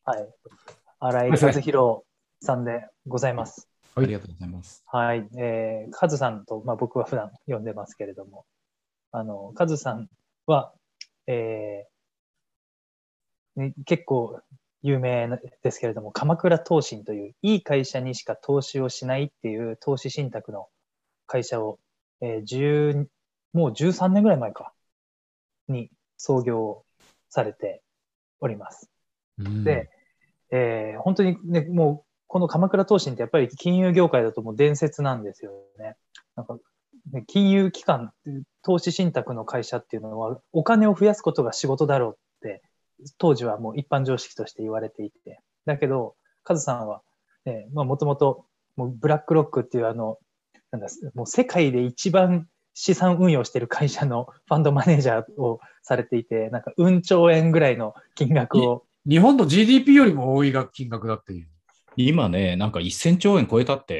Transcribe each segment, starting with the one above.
はい。新井和弘さんでございます。 はい、ありがとうございます。 はい。カズさんと、僕は普段呼んでますけれども、カズさんは、え結構有名ですけれども、鎌倉投信という、いい会社にしか投資をしないっていう投資信託の会社を、もう13年ぐらい前か、に創業されております。 うん、 で、本当にね、もう、この鎌倉投信ってやっぱり金融業界だともう伝説なんですよね。なんか、ね、金融機関、投資信託の会社っていうのは、お金を増やすことが仕事だろうって、当時はもう一般常識として言われていて。だけど、カズさんは、ね、もともと、もうブラックロックっていうなんだ、もう世界で一番資産運用している会社のファンドマネージャーをされていて、なんか、うん兆円ぐらいの金額を、 日本の GDP よりも多い金額だっていう。 今ね、なんか1000兆円超えたって、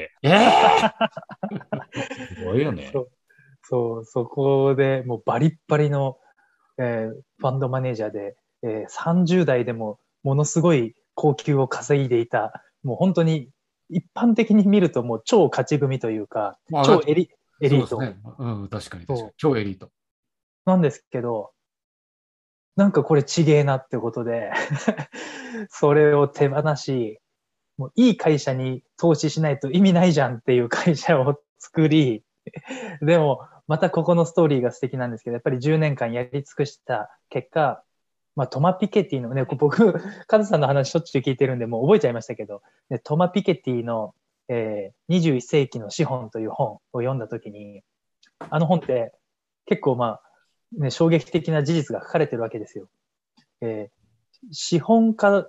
すごいよね。 そう、そこでもうバリッバリの、ファンドマネージャーで、30代でもものすごい高級を稼いでいた、もう本当に一般的に見るともう超勝ち組というか、 まあ、 超エリート。 そうですね。うん、確かに確かに。 そう。 超エリート。 なんですけど、なんかこれちげえなってことでそれを手放し、もういい会社に投資しないと意味ないじゃんっていう会社を作り、でも、またここのストーリーが素敵なんですけど、やっぱり10年間やり尽くした結果、トマ・ピケティのね、僕、カズさんの話しょっちゅう聞いてるんで、もう覚えちゃいましたけど、ね、トマ・ピケティの、21世紀の資本という本を読んだときに、あの本って結構ね、衝撃的な事実が書かれてるわけですよ。え資本家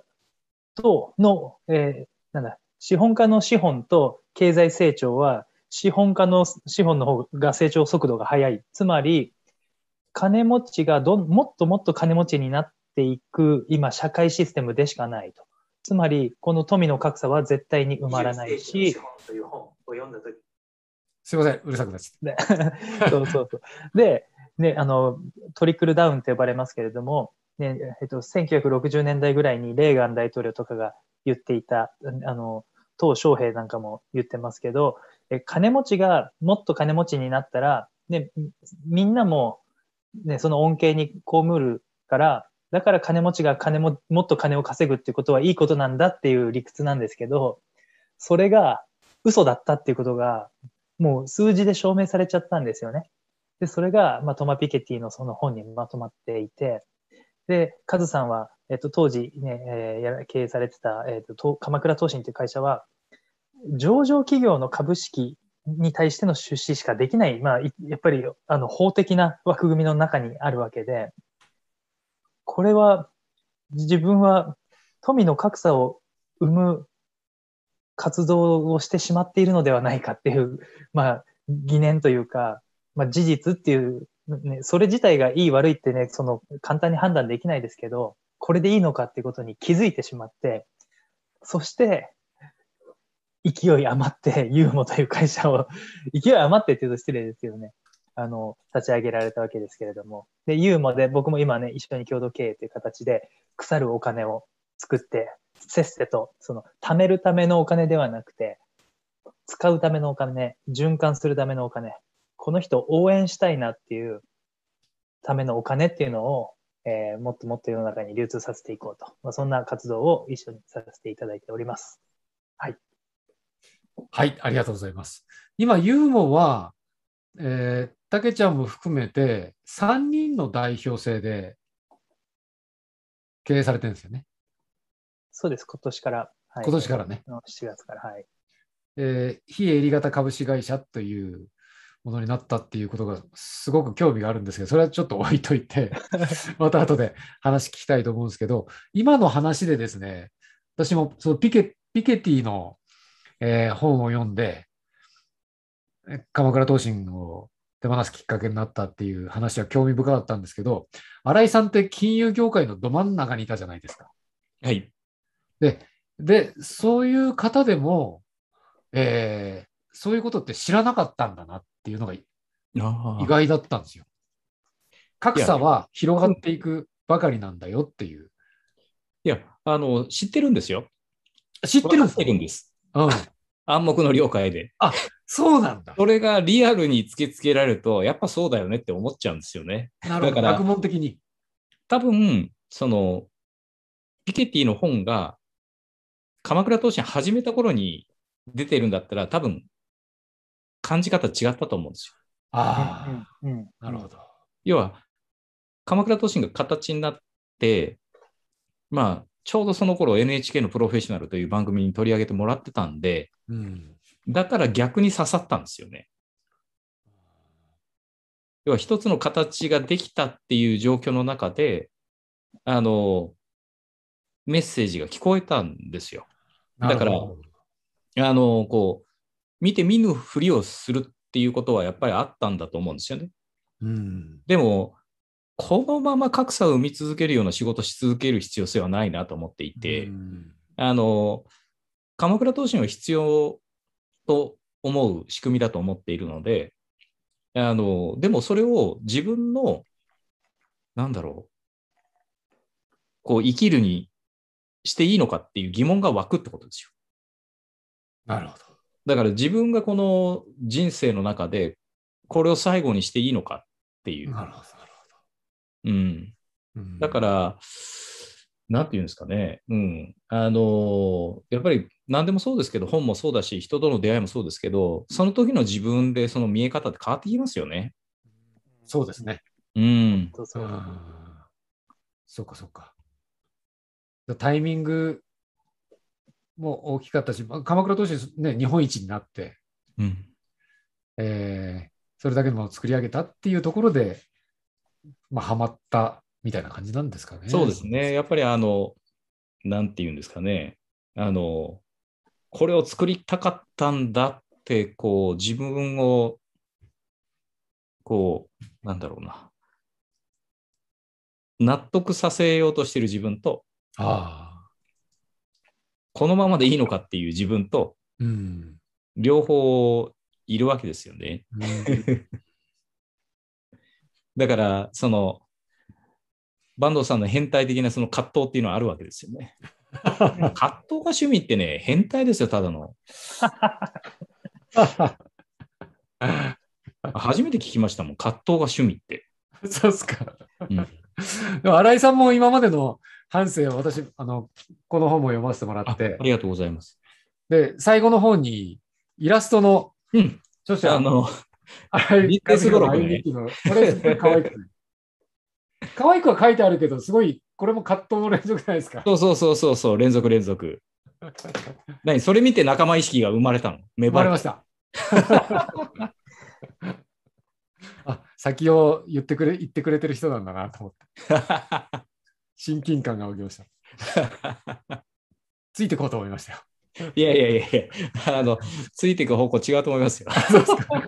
資本家の資本と経済成長は、資本家の資本の方が成長速度が速い。つまり、金持ちがもっともっと金持ちになっていく、今、社会システムでしかないと。つまり、この富の格差は絶対に埋まらないし、 すいません、うるさくなっちゃっそうそうそう。で、ね、トリクルダウンと呼ばれますけれども、ね、1960年代ぐらいにレーガン大統領とかが言っていた、鄧小平なんかも言ってますけど、金持ちがもっと金持ちになったら、ね、みんなも、ね、その恩恵に被るから、だから金持ちがもっと金を稼ぐっていうことはいいことなんだっていう理屈なんですけど、それが嘘だったっていうことが、もう数字で証明されちゃったんですよね。で、それが、トマ・ピケティのその本にまとまっていて、で、カズさんは、当時ね、経営されてた、鎌倉投信という会社は、上場企業の株式に対しての出資しかできない、やっぱり、法的な枠組みの中にあるわけで、これは、自分は富の格差を生む活動をしてしまっているのではないかっていう、疑念というか、事実っていう、ね、それ自体がいい悪いってね、簡単に判断できないですけど、これでいいのかっていうことに気づいてしまって、そして、勢い余って、ユーモという会社を、勢い余ってって言うと失礼ですけどね、立ち上げられたわけですけれども。で、ユーモで僕も今ね、一緒に共同経営という形で、腐るお金を作って、せっせと、貯めるためのお金ではなくて、使うためのお金、循環するためのお金、この人を応援したいなっていうためのお金っていうのを、もっともっと世の中に流通させていこうと。そんな活動を一緒にさせていただいております。はい。 はい、ありがとうございます。今、ユーモは、たけちゃんも含めて3人の代表制で経営されてるんですよね。 そうです、今年から。はい。 今年からね。 7月から。はい。 非営利型株式会社というものになったっていうことがすごく興味があるんですけど、それはちょっと置いといて、また後で話聞きたいと思うんですけど、今の話でですね、私もそのピケティの、本を読んで、鎌倉投信を手放すきっかけになったっていう話は興味深かったんですけど、新井さんって金融業界のど真ん中にいたじゃないですか。 はい。 そういう方でも、そういうことって知らなかったんだなっていうのが意ああ。 外だったんですよ。 いや、 格差は広がっていくばかりなんだよっていう。 いや、知ってるんですよ。 知ってるんですか？ 知ってるんです。 うん。 暗黙の了解で。 あ、そうなんだ。 それがリアルに突きつけられると、やっぱそうだよねって思っちゃうんですよね。 なるほど。学だから、 問的に。 多分、ピケティの本が鎌倉闘神始めた頃に出てるんだったら、多分、感じ方違ったと思うんですよ。 ああ、 うんなるほど。 要は、鎌倉闘神が形になって、まあ、ちょうどその頃 NHK のプロフェッショナルという番組に取り上げてもらってたんで、 うん。 だから逆に刺さったんですよね。要は一つの形ができたっていう状況の中で、メッセージが聞こえたんですよ。だから、 なるほど。 見て見ぬふりをするっていうことはやっぱりあったんだと思うんですよね。 うん。 でも、このまま格差を生み続けるような仕事をし続ける必要性はないなと思っていて、鎌倉闘神は必要と思う仕組みだと思っているので、でもそれを自分の、なんだろ生きるにしていいのかっていう疑問が湧くってことですよ。 なるほど。 だから自分がこの人生の中で、これを最後にしていいのかっていう。 なるほど。 うん。だから、なんていうんですかね。うん。やっぱり何でもそうですけど、本もそうだし、人との出会いもそうですけど、その時の自分でその見え方って変わってきますよね。 そうですね。 うん。 そうだ。 そうか、そうか。タイミングも大きかったし、鎌倉投手ね、日本一になって、 うん。 それだけのものを作り上げたっていうところで、ハマったみたいな感じなんですかね。 そうですね。やっぱりなんていうんですかね。これを作りたかったんだって、自分を、なんだろうな。納得させようとしている自分と、 ああ。 このままでいいのかっていう自分と、 うん。 両方いるわけですよね。 うん、 だから、坂東さんの変態的なその葛藤っていうのはあるわけですよね。葛藤が趣味ってね、変態ですよ、ただの。初めて聞きましたもん、葛藤が趣味って。 そうっすか。 うん、 でも新井さんも今までの半生を私、この本も読ませてもらって、 ありがとうございます。 で、最後の方にイラストの著者、新井和ビジネス語弘の録ね。 歩みっていうの、これすごい可愛くて。可愛くは書いてあるけど、すごい、これも葛藤の連続じゃないですか。 そう、連続連続。それ見て仲間意識が生まれたの？ 生まれました。先を言ってくれてる人なんだなと思って。親近感が起きました。ついてこうと思いましたよ。 いや、ついていく方向違うと思いますよ。 そう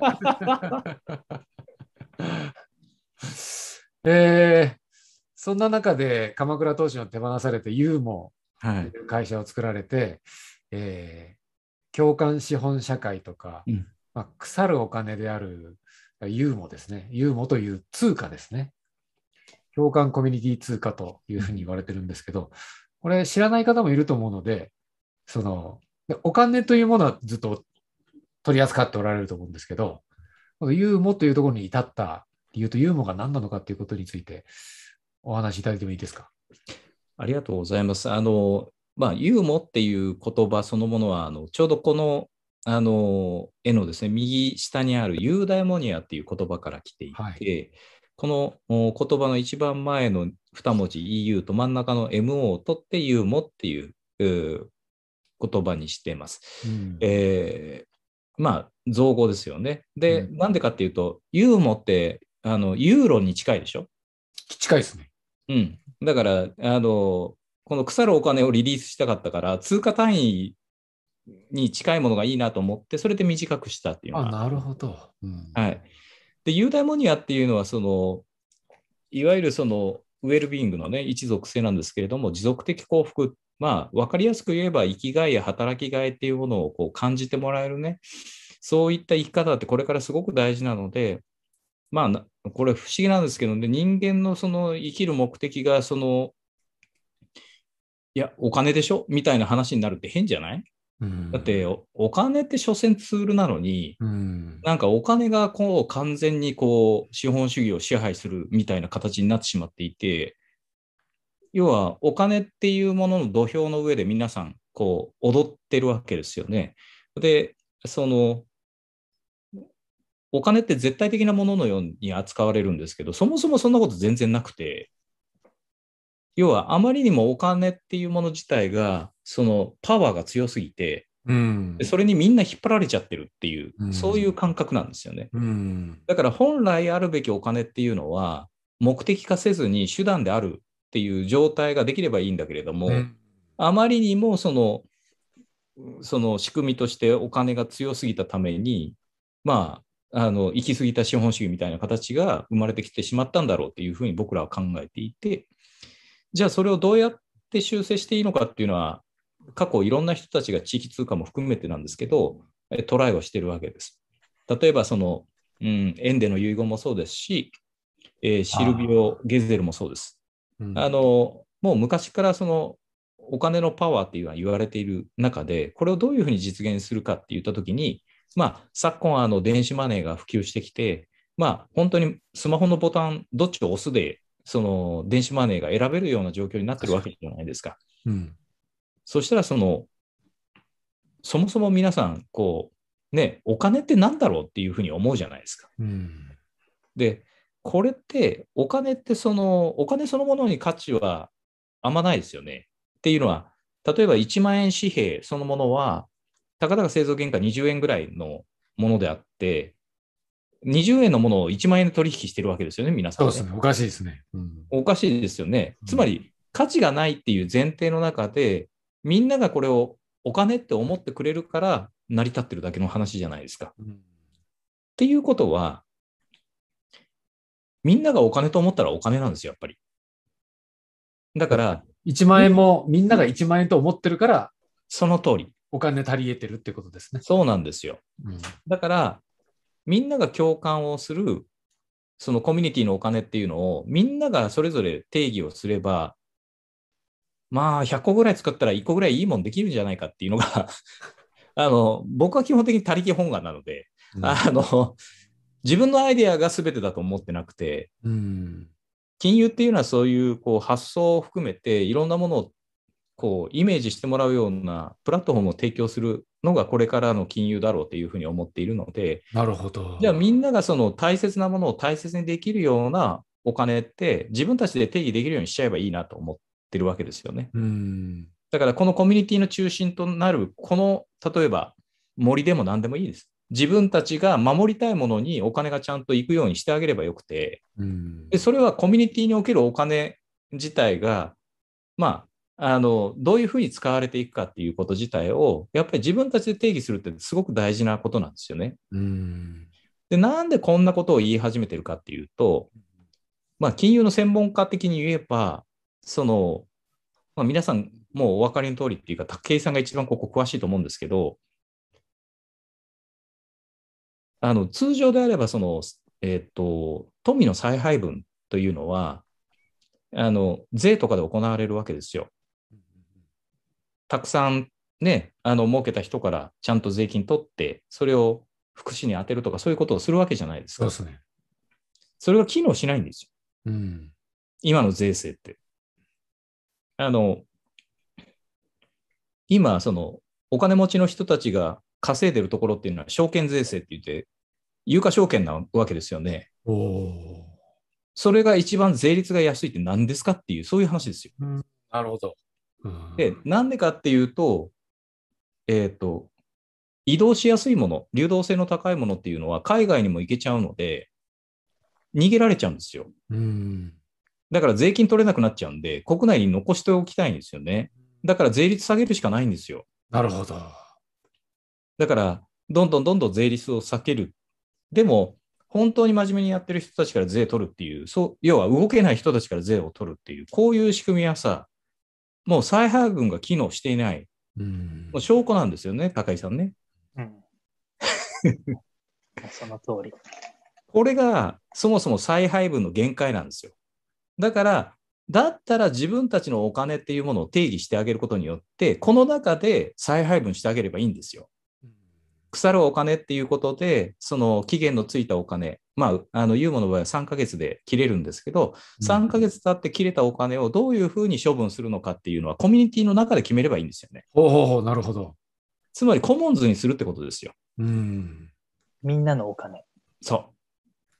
ですか。そんな中で鎌倉投手を手放されてユーモという会社を作られて、共感資本社会とか、腐るお金であるユーモですね。ユーモという通貨ですね。共感コミュニティ通貨というふうに言われてるんですけど、これ知らない方もいると思うので、お金というものはずっと取り扱っておられると思うんですけど、ユーモというところに至った理由とユーモが何なのかということについてお話しいただいてもいいですか。 ありがとうございます。ユーモっていう言葉そのものは、ちょうどこの、絵のですね、右下にあるユーダイモニアっていう言葉から来ていて、はい、この言葉の一番前の2文字 EU と真ん中の MO を取ってユーモっていう言葉にしています。造語ですよね。で、なんでかっていうと、ユーモってユーロに近いでしょ？ 近いですね。 うん。だから、この腐るお金をリリースしたかったから、通貨単位に近いものがいいなと思って、それで短くしたっていうのが。 なるほど。 はい。で、ユーダイモニアっていうのは、いわゆるウェルビーイングのね、一属性なんですけれども、持続的幸福。わかりやすく言えば、生きがいや働きがいっていうものを感じてもらえるね、そういった生き方ってこれからすごく大事なので、これ不思議なんですけどね、人間のその生きる目的が、 いや、お金でしょみたいな話になるって変じゃない？だってお金って所詮ツールなのに、なんかお金がこう完全にこう資本主義を支配するみたいな形になってしまっていて、要はお金っていうものの土俵の上で皆さんこう踊ってるわけですよね。で、そのお金って絶対的なもののように扱われるんですけど、そもそもそんなこと全然なくて、要はあまりにもお金っていうもの自体がそのパワーが強すぎて、それにみんな引っ張られちゃってるっていう、そういう感覚なんですよね。だから本来あるべきお金っていうのは、目的化せずに手段であるっていう状態ができればいいんだけれども、あまりにもその仕組みとしてお金が強すぎたために、まあ、行き過ぎた資本主義みたいな形が生まれてきてしまったんだろうっていうふうに僕らは考えていて、じゃあそれをどうやって修正していいのかっていうのは、過去いろんな人たちが地域通貨も含めてなんですけど、トライをしているわけです。例えば円での遺言もそうですし、シルビオ・ゲゼルもそうです。もう昔からお金のパワーっていうのは言われている中で、これをどういうふうに実現するかって言ったときに、昨今電子マネーが普及してきて、本当にスマホのボタン、どっちを押すで、電子マネーが選べるような状況になってるわけじゃないですか。そしたらそもそも皆さん、お金って何だろうっていうふうに思うじゃないですか。で、これって、お金ってお金そのものに価値はあんまないですよね。っていうのは、例えば1万円紙幣そのものは、たかだか製造原価20円ぐらいのものであって、20円のものを1万円で取引してるわけですよね、皆さん、ね。 そうですね。おかしいですね。 おかしいですよね。つまり、価値がないっていう前提の中で、みんながこれをお金って思ってくれるから成り立ってるだけの話じゃないですか。っていうことは、みんながお金と思ったらお金なんですよ、やっぱり。だから、 1万円もみんなが1万円と思ってるから、 その通り。 お金足り得てるってことですね。 そうなんですよ。だから、みんなが共感をする、そのコミュニティのお金っていうのを、みんながそれぞれ定義をすれば、100個ぐらい使ったら1個ぐらいいいもんできるんじゃないかっていうのが僕は基本的に他力本願なので、自分のアイデアが全てだと思ってなくて、金融っていうのはそういう発想を含めていろんなものをイメージしてもらうようなプラットフォームを提供するのがこれからの金融だろうというふうに思っているので、 なるほど。 じゃあみんながその大切なものを大切にできるようなお金って自分たちで定義できるようにしちゃえばいいなと思ってるわけですよね。だからこのコミュニティの中心となる例えば森でも何でもいいです。自分たちが守りたいものにお金がちゃんと行くようにしてあげればよくて、でそれはコミュニティにおけるお金自体が、どういうふうに使われていくかっていうこと自体を、やっぱり自分たちで定義するってすごく大事なことなんですよね。で、なんでこんなことを言い始めてるかっていうと、金融の専門家的に言えば、皆さんもうお分かりの通りっていうか、武井さんが一番ここ詳しいと思うんですけど、通常であれば富の再配分というのは、税とかで行われるわけですよ。たくさんね、儲けた人からちゃんと税金取って、それを福祉に充てるとか、そういうことをするわけじゃないですか。 そうですね。 それが機能しないんですよ。今の税制って。今、お金持ちの人たちが稼いでるところっていうのは、証券税制って言って、有価証券なわけですよね。それが一番税率が安いって何ですかっていう、そういう話ですよ。 なるほど。 で、なんでかっていうと、移動しやすいもの、流動性の高いものっていうのは海外にも行けちゃうので、逃げられちゃうんですよ。だから税金取れなくなっちゃうんで、国内に残しておきたいんですよね。だから税率下げるしかないんですよ。 なるほど。 だから、どんどん税率を避ける。でも、本当に真面目にやってる人たちから税取るっていう、要は動けない人たちから税を取るっていう、こういう仕組みはさ、もう再配分が機能していない、もう証拠なんですよね、高井さんね。 その通り。 これがそもそも再配分の限界なんですよ。だから、 だったら自分たちのお金っていうものを定義してあげることによって、この中で再配分してあげればいいんですよ。腐るお金っていうことで、その期限のついたお金、まあ、ユーモの場合は3ヶ月で切れるんですけど、3ヶ月経って切れたお金をどういうふうに処分するのかっていうのは、コミュニティの中で決めればいいんですよね。 ほうほうほう、なるほど。 つまり、コモンズにするってことですよ。 みんなのお金。 そう。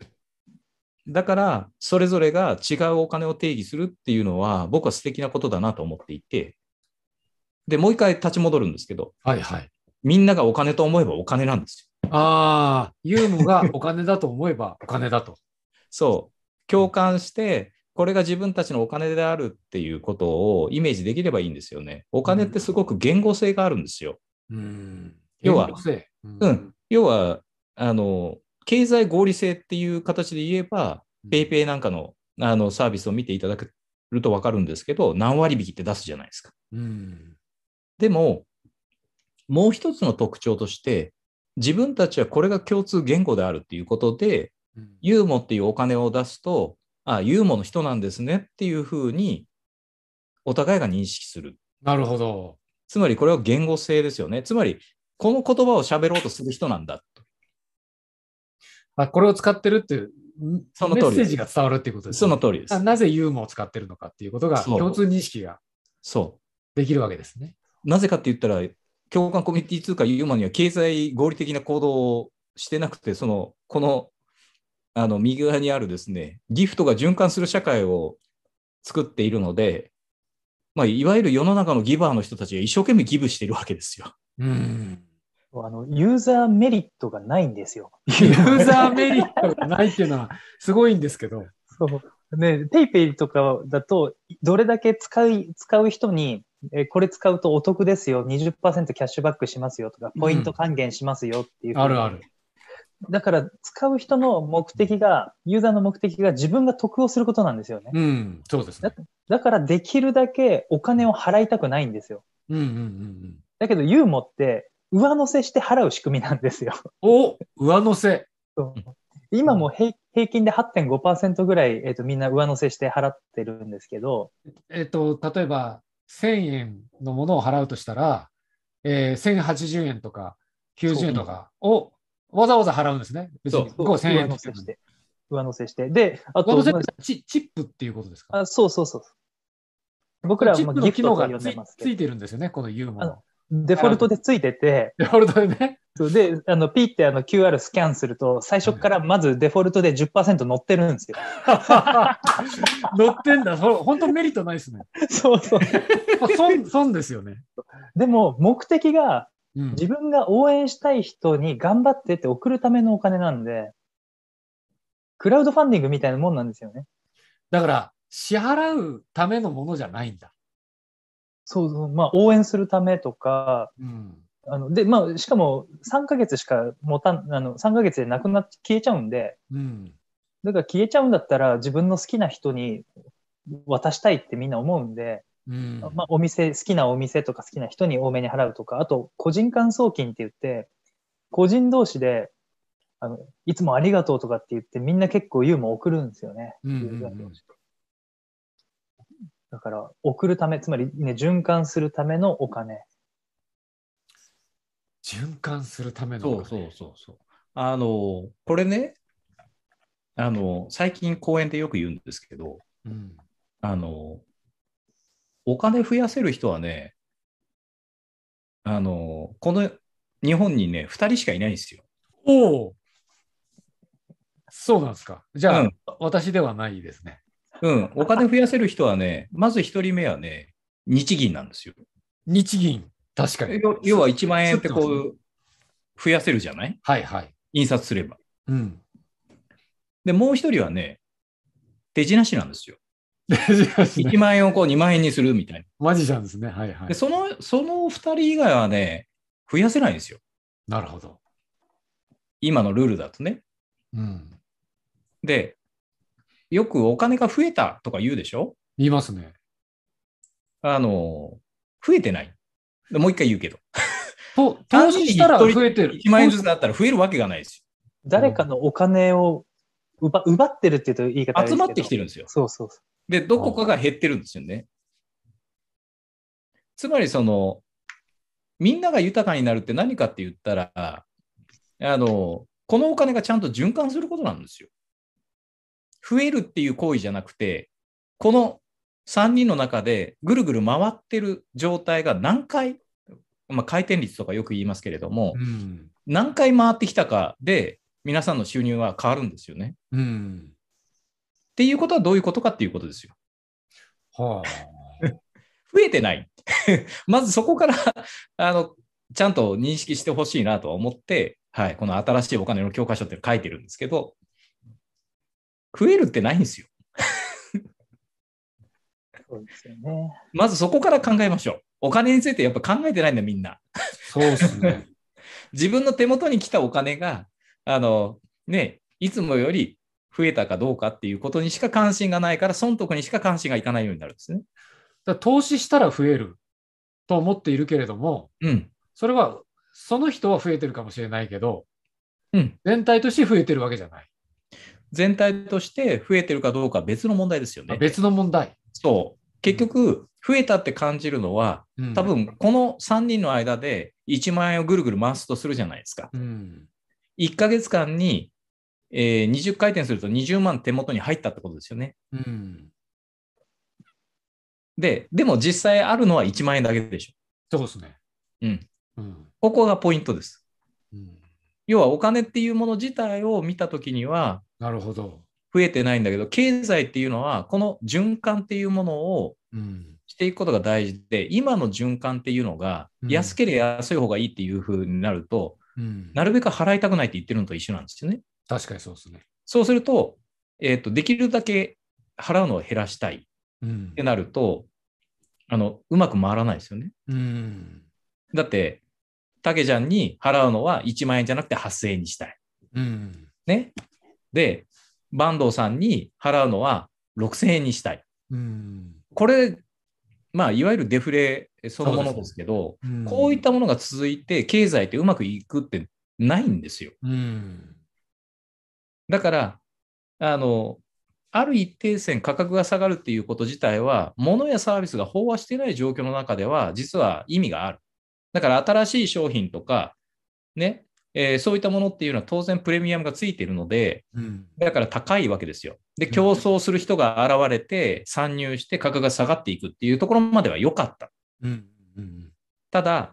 だから、それぞれが違うお金を定義するっていうのは、僕は素敵なことだなと思っていて、で、もう一回立ち戻るんですけど、 はいはい。 みんながお金と思えばお金なんですよ。 ああ、ユーモがお金だと思えばお金だと。 そう。共感して、これが自分たちのお金であるっていうことをイメージできればいいんですよね。お金ってすごく言語性があるんですよ。要は、要は、経済合理性っていう形で言えば、ペイペイなんかの、サービスを見ていただけると分かるんですけど、何割引きって出すじゃないですか。でも、もう一つの特徴として、自分たちはこれが共通言語であるっていうことで、ユーモっていうお金を出すと、あ、ユーモの人なんですねっていうふうに、お互いが認識する。 なるほど。 つまりこれは言語性ですよね。つまり、この言葉を喋ろうとする人なんだと。 これを使ってるっていうメッセージが伝わるっていうことですね。 その通りです。 なぜユーモを使ってるのかっていうことが共通認識ができるわけですね。 なぜかって言ったら、共感コミュニティ通貨ユーモには経済合理的な行動をしてなくて、この右側にあるですね、ギフトが循環する社会を作っているので、まあ、いわゆる世の中のギバーの人たちが一生懸命ギブしているわけですよ。 ユーザーメリットがないんですよ。 ユーザーメリットがないっていうのはすごいんですけど。 そうね、ペイペイとかだと、どれだけ使う人に、これ使うとお得ですよ、20% キャッシュバックしますよとか、ポイント還元しますよっていう。 あるある。 だから、使う人の目的が、ユーザーの目的が自分が得をすることなんですよね。 そうですね。 だから、できるだけお金を払いたくないんですよ。だけど、ユーモって、上乗せして払う仕組みなんですよ。 上乗せ。 今も平均で 8.5% ぐらい、みんな上乗せして払ってるんですけど。 例えば、1000円のものを払うとしたら、1080円とか90円とかをわざわざ払うんですね。別に1000円として。 上乗せして。で、 あと、チップっていうことですか？ そう。僕らはギフトと呼んでますけど。 ついてるんですよね、このユーモの。 デフォルトでついてて。 デフォルトでね。 で、ピってQR スキャンすると、最初からまずデフォルトで 10% 乗ってるんですよ。 乗ってんだ。本当メリットないですね。 そう。 損ですよね。 でも、目的が、自分が応援したい人に頑張ってって送るためのお金なんで、クラウドファンディングみたいなもんなんですよね。 だから、支払うためのものじゃないんだ。 そう、まあ、応援するためとか、で、まあ、しかも3ヶ月しか3ヶ月でなくなって消えちゃうんで、だから消えちゃうんだったら自分の好きな人に渡したいってみんな思うんで、まあ、好きなお店とか好きな人に多めに払うとか、あと、個人間送金って言って、個人同士で、いつもありがとうとかって言って、みんな結構ユーモ送るんですよね。だから、送るため、つまりね、循環するためのお金。 循環するためのお金。 そう。これね、最近講演でよく言うんですけど、お金増やせる人はね、この日本にね、2人しかいないんですよ。 そうなんですか。じゃあ、私ではないですね。 お金増やせる人はね、まず1人目はね、日銀なんですよ。 日銀。確かに。 要は1万円ってこう、増やせるじゃない？ はいはい。 印刷すれば。で、もう1人はね、手品師なんですよ。1万円をこう2万円にするみたいな。 マジシャンですね。はいはい。 で、その2人以外はね、増やせないんですよ。 なるほど。 今のルールだとね。で、よくお金が増えたとか言うでしょ？ 言いますね。 増えてない。もう一回言うけど。 投資したら増えてる。 1万円ずつだったら増えるわけがないですよ。 誰かのお金を奪ってるって言うと言い方集まってきてるんですよ。 そう。 で、どこかが減ってるんですよね。つまりみんなが豊かになるって何かって言ったら、このお金がちゃんと循環することなんですよ。増えるっていう行為じゃなくて、この3人の中でぐるぐる回ってる状態が何回、回転率とかよく言いますけれども、何回回ってきたかで皆さんの収入は変わるんですよね。っていうことはどういうことかっていうことですよ。 はあ、 増えてない。まずそこからちゃんと認識してほしいなと思って、はい、この新しいお金の教科書って書いてるんですけど、増えるってないんですよ。 そうですよね。 まずそこから考えましょう。お金についてやっぱ考えてないんだ、みんな。 そうですね。 自分の手元に来たお金が、いつもより増えたかどうかっていうことにしか関心がないから、損得にしか関心がいかないようになるんですね。 だ投資したら増えると思っているけれども、それは、その人は増えてるかもしれないけど、全体として増えてるわけじゃない。 全体として増えてるかどうかは別の問題ですよね。 別の問題。 そう。結局、増えたって感じるのは、多分この3人の間で1万円をぐるぐる回すとするじゃないですか。1ヶ月間に、20回転すると20万手元に入ったってことですよね。でも実際あるのは1万円だけでしょ。そうですね。 ここがポイントです。要はお金っていうもの自体を見たときには、 なるほど。 増えてないんだけど、経済っていうのは、この循環っていうものをしていくことが大事で、今の循環っていうのが、安ければ安い方がいいっていうふうになると、なるべく払いたくないって言ってるのと一緒なんですよね。 確かにそうですね。 そうすると、できるだけ払うのを減らしたいってなると、うまく回らないですよね。だって、たけちゃんに払うのは1万円じゃなくて8000円にしたい。ね。で、坂東さんに払うのは6000円にしたい。これ、いわゆるデフレそのものですけど、こういったものが続いて、経済ってうまくいくってないんですよ。だから、ある一定線価格が下がるっていうこと自体は、物やサービスが飽和していない状況の中では、実は意味がある。だから新しい商品とか、ね、そういったものっていうのは当然プレミアムがついているので、だから高いわけですよ。で、競争する人が現れて参入して価格が下がっていくっていうところまでは良かった。ただ、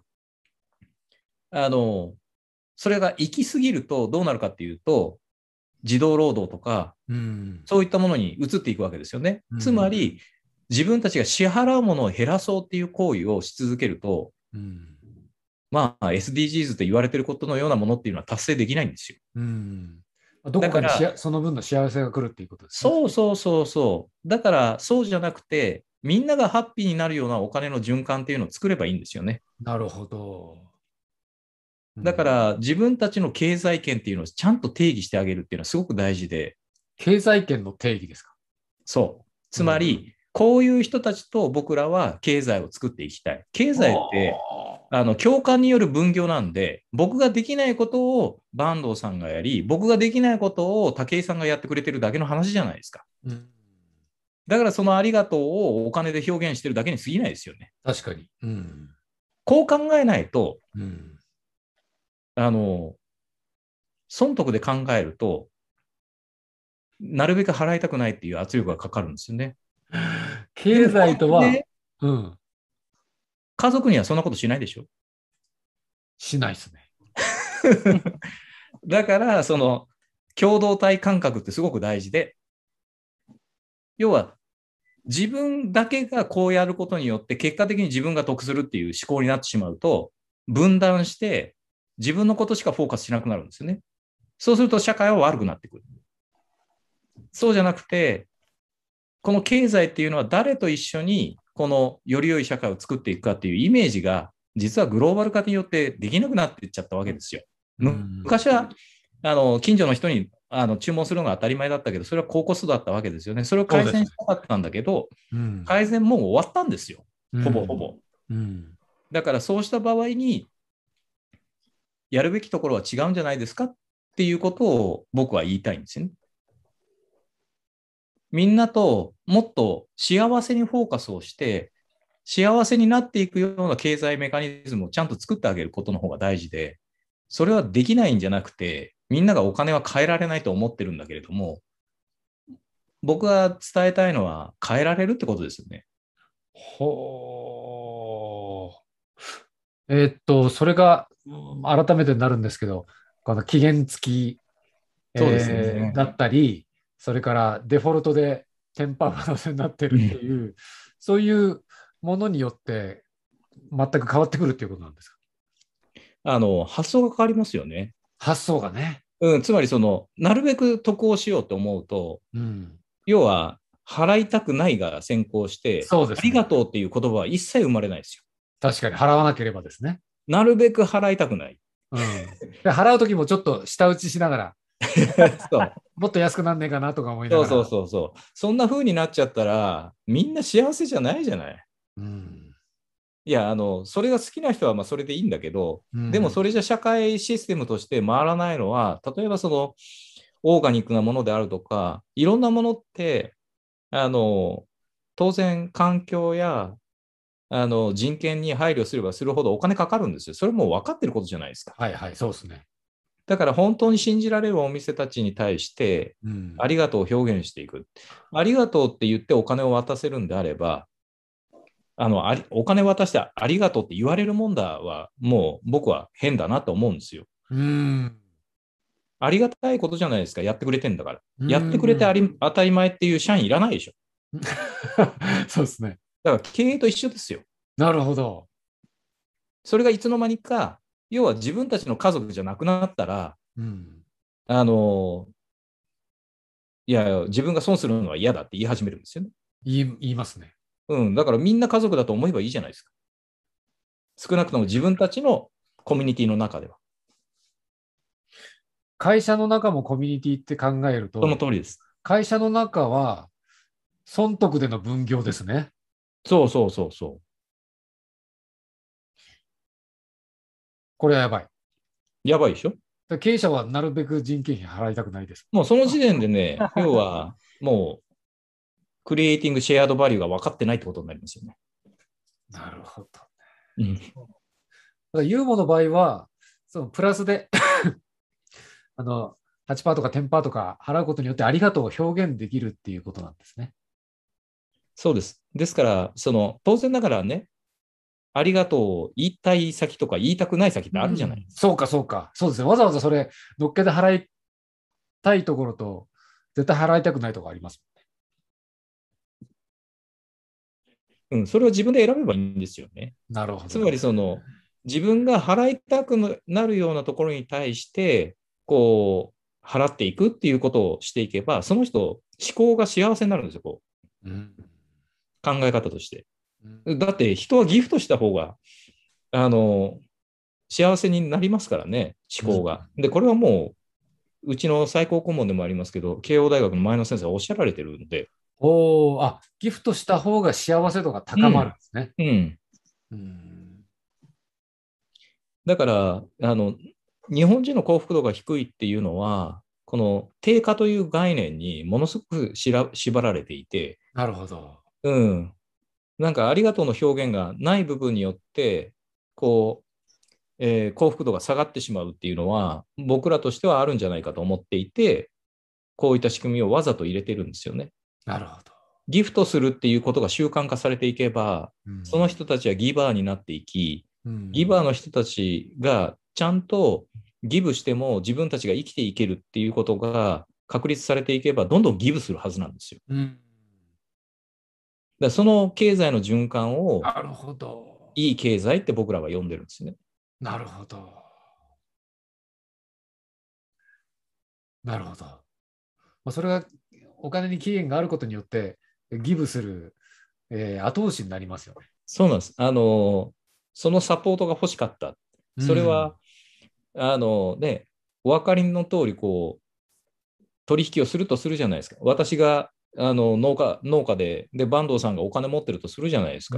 それが行き過ぎるとどうなるかっていうと、児童労働とか、そういったものに移っていくわけですよね。つまり、自分たちが支払うものを減らそうっていう行為をし続けると、SDGs と言われていることのようなものっていうのは達成できないんですよ。 どこかにその分の幸せが来るっていうことですね。そう。だから、そうじゃなくて、みんながハッピーになるようなお金の循環っていうのを作ればいいんですよね。 なるほど。 だから、自分たちの経済圏っていうのをちゃんと定義してあげるっていうのはすごく大事で。 経済圏の定義ですか？ そう。つまり、こういう人たちと僕らは経済を作っていきたい。経済って、共感による分業なんで、僕ができないことを坂東さんがやり、僕ができないことを武井さんがやってくれてるだけの話じゃないですか。だからそのありがとうをお金で表現してるだけに過ぎないですよね。 確かに。 こう考えないと、損得で考えると、なるべく払いたくないっていう圧力がかかるんですよね。 経済とは、 家族にはそんなことしないでしょ？ しないですね。 だから、共同体感覚ってすごく大事で、要は、自分だけがこうやることによって、結果的に自分が得するっていう思考になってしまうと、分断して、自分のことしかフォーカスしなくなるんですよね。そうすると社会は悪くなってくる。そうじゃなくて、この経済っていうのは誰と一緒にこのより良い社会を作っていくかっていうイメージが、実はグローバル化によってできなくなっていっちゃったわけですよ。昔は近所の人に注文するのが当たり前だったけど、それは高コストだったわけですよね。それを改善したかったんだけど、改善もう終わったんですよ。ほぼほぼ。だからそうした場合に、やるべきところは違うんじゃないですかっていうことを僕は言いたいんですよね。 みんなともっと幸せにフォーカスをして、幸せになっていくような経済メカニズムをちゃんと作ってあげることの方が大事で、それはできないんじゃなくて、みんながお金は変えられないと思ってるんだけれども、僕が伝えたいのは変えられるってことですよね。 ほそれが、改めてになるんですけど、この期限付き、 そうですね。 だったり、それからデフォルトで10%になってるっていう、そういうものによって全く変わってくるっていうことなんですか？ 発想が変わりますよね。 発想がね。 つまりなるべく得をしようと思うと、 うん、 要は、払いたくないが先行して、 そうですね。 ありがとうっていう言葉は一切生まれないですよ。 確かに払わなければですね。 なるべく払いたくない。 うん、で払うときもちょっと舌打ちしながら、 そうもっと安くなんねえかなとか思いなそうがら。 そうそう。そんな風になっちゃったら、みんな幸せじゃないじゃない。 うん、 いや、それが好きな人はまあそれでいいんだけど、 うん、 でもそれじゃ社会システムとして回らないのは、例えばオーガニックなものであるとか、いろんなものって、当然環境や、人権に配慮すればするほどお金かかるんですよ。それも分かってることじゃないですか。 はいはい、そうですね。 だから本当に信じられるお店たちに対して、 うん、 ありがとうを表現していく。ありがとうって言ってお金を渡せるんであれば、お金渡してありがとうって言われるもんだは、もう僕は変だなと思うんですよ。 うん、 ありがたいことじゃないですか。やってくれてんだから。 うやってくれてん。 当たり前っていう社員いらないでしょ。 そうですね。 だから経営と一緒ですよ。 なるほど。 それがいつの間にか、要は自分たちの家族じゃなくなったら、 うん、 あの、いや、自分が損するのは嫌だって言い始めるんですよね。 言いますね。 うん。だからみんな家族だと思えばいいじゃないですか。少なくとも自分たちのコミュニティの中では。 会社の中もコミュニティって考えるそのと、 通りです。 会社の中は損得での分業ですね。 そうそうそうそう。 これはやばい。 やばいでしょ。 経営者はなるべく人件費払いたくないです。 もうその時点でね、要はもうクリエイティングシェアードバリューが分かってないってことになりますよね。 なるほど。 うん、 だからユーモの場合は、そのプラスで8%とか10%とか払うことによってありがとうを表現できるっていうことなんですね。 そうです。ですから、当然ながらね、ありがとうを言いたい先とか言いたくない先ってあるじゃないですか。 そうか、そうか。そうですね。わざわざそれ、乗っけて払いたいところと、絶対払いたくないところあります。 うん、それを自分で選べばいいんですよね。 なるほど。 つまり自分が払いたくなるようなところに対して、こう、払っていくっていうことをしていけば、その人、思考が幸せになるんですよ、 うん、 考え方として。 うん、 だって人はギフトした方が、あの、幸せになりますからね、思考が。で、これはもうちの最高顧問でもありますけど、慶応大学の前野先生がおっしゃられてるので。 ギフトした方が幸せ度が高まるんですね。 うん。うん、だから、日本人の幸福度が低いっていうのは、この定価という概念にものすごく縛られていて、 なるほど。 うん。なんかありがとうの表現がない部分によって、幸福度が下がってしまうっていうのは、僕らとしてはあるんじゃないかと思っていて、こういった仕組みをわざと入れてるんですよね。 なるほど。 ギフトするっていうことが習慣化されていけば、 うん、 その人たちはギバーになっていき、 うん、 ギバーの人たちがちゃんとギブしても自分たちが生きていけるっていうことが確立されていけば、どんどんギブするはずなんですよ。 うん、 だからその経済の循環をなるほど。 いい経済って僕らは呼んでるんですね。 なるほど。なるほど。それがお金に期限があることによってギブする、後押しになりますよね。 そうなんです。そのサポートが欲しかった。それは、ね、お分かりの通り、取引をするとするじゃないですか。私が農家で、坂東さんがお金持ってるとするじゃないですか。 うん、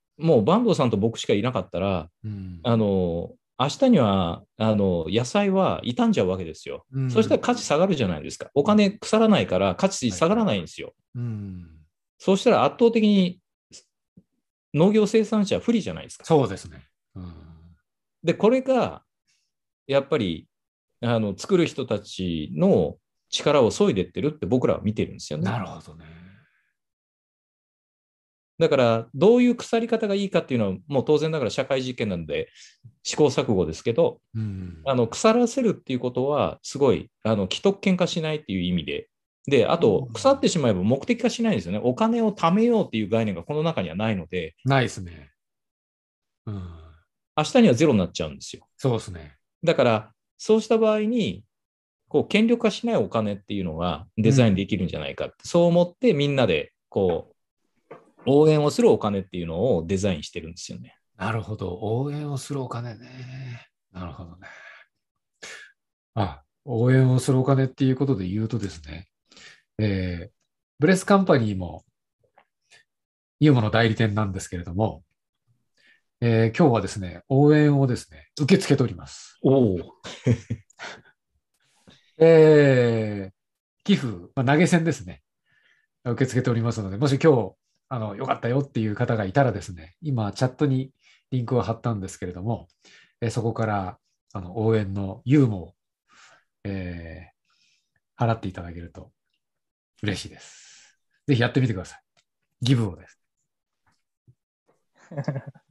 で、もう坂東さんと僕しかいなかったら、 うん、 明日には野菜は傷んじゃうわけですよ。そしたら価値下がるじゃないですか。お金腐らないから価値下がらないんですよ。そうしたら圧倒的に農業生産者は不利じゃないですか。 そうですね。 で、これがやっぱり作る人たちの力を削いでってるって僕らは見てるんですよね。 なるほどね。 だから、どういう腐り方がいいかっていうのは、もう当然ながら社会実験なので試行錯誤ですけど、腐らせるっていうことは、すごい、既得権化しないっていう意味で、で、あと、腐ってしまえば目的化しないんですよね。お金を貯めようっていう概念がこの中にはないので、 ないですね。 明日にはゼロになっちゃうんですよ。 そうですね。 だから、そうした場合に、こう、権力化しないお金っていうのがデザインできるんじゃないかって、そう思ってみんなで、こう、応援をするお金っていうのをデザインしてるんですよね。 なるほど。応援をするお金ね。なるほどね。応援をするお金っていうことで言うとですね、ブレスカンパニーもユーモの代理店なんですけれども、今日はですね、応援をですね、受け付けております。 おお。 寄付、投げ銭ですね。受け付けておりますので、もし今日、よかったよっていう方がいたらですね、今、チャットにリンクを貼ったんですけれども、そこから、応援のユーモを、払っていただけると嬉しいです。ぜひやってみてください。ギブをです。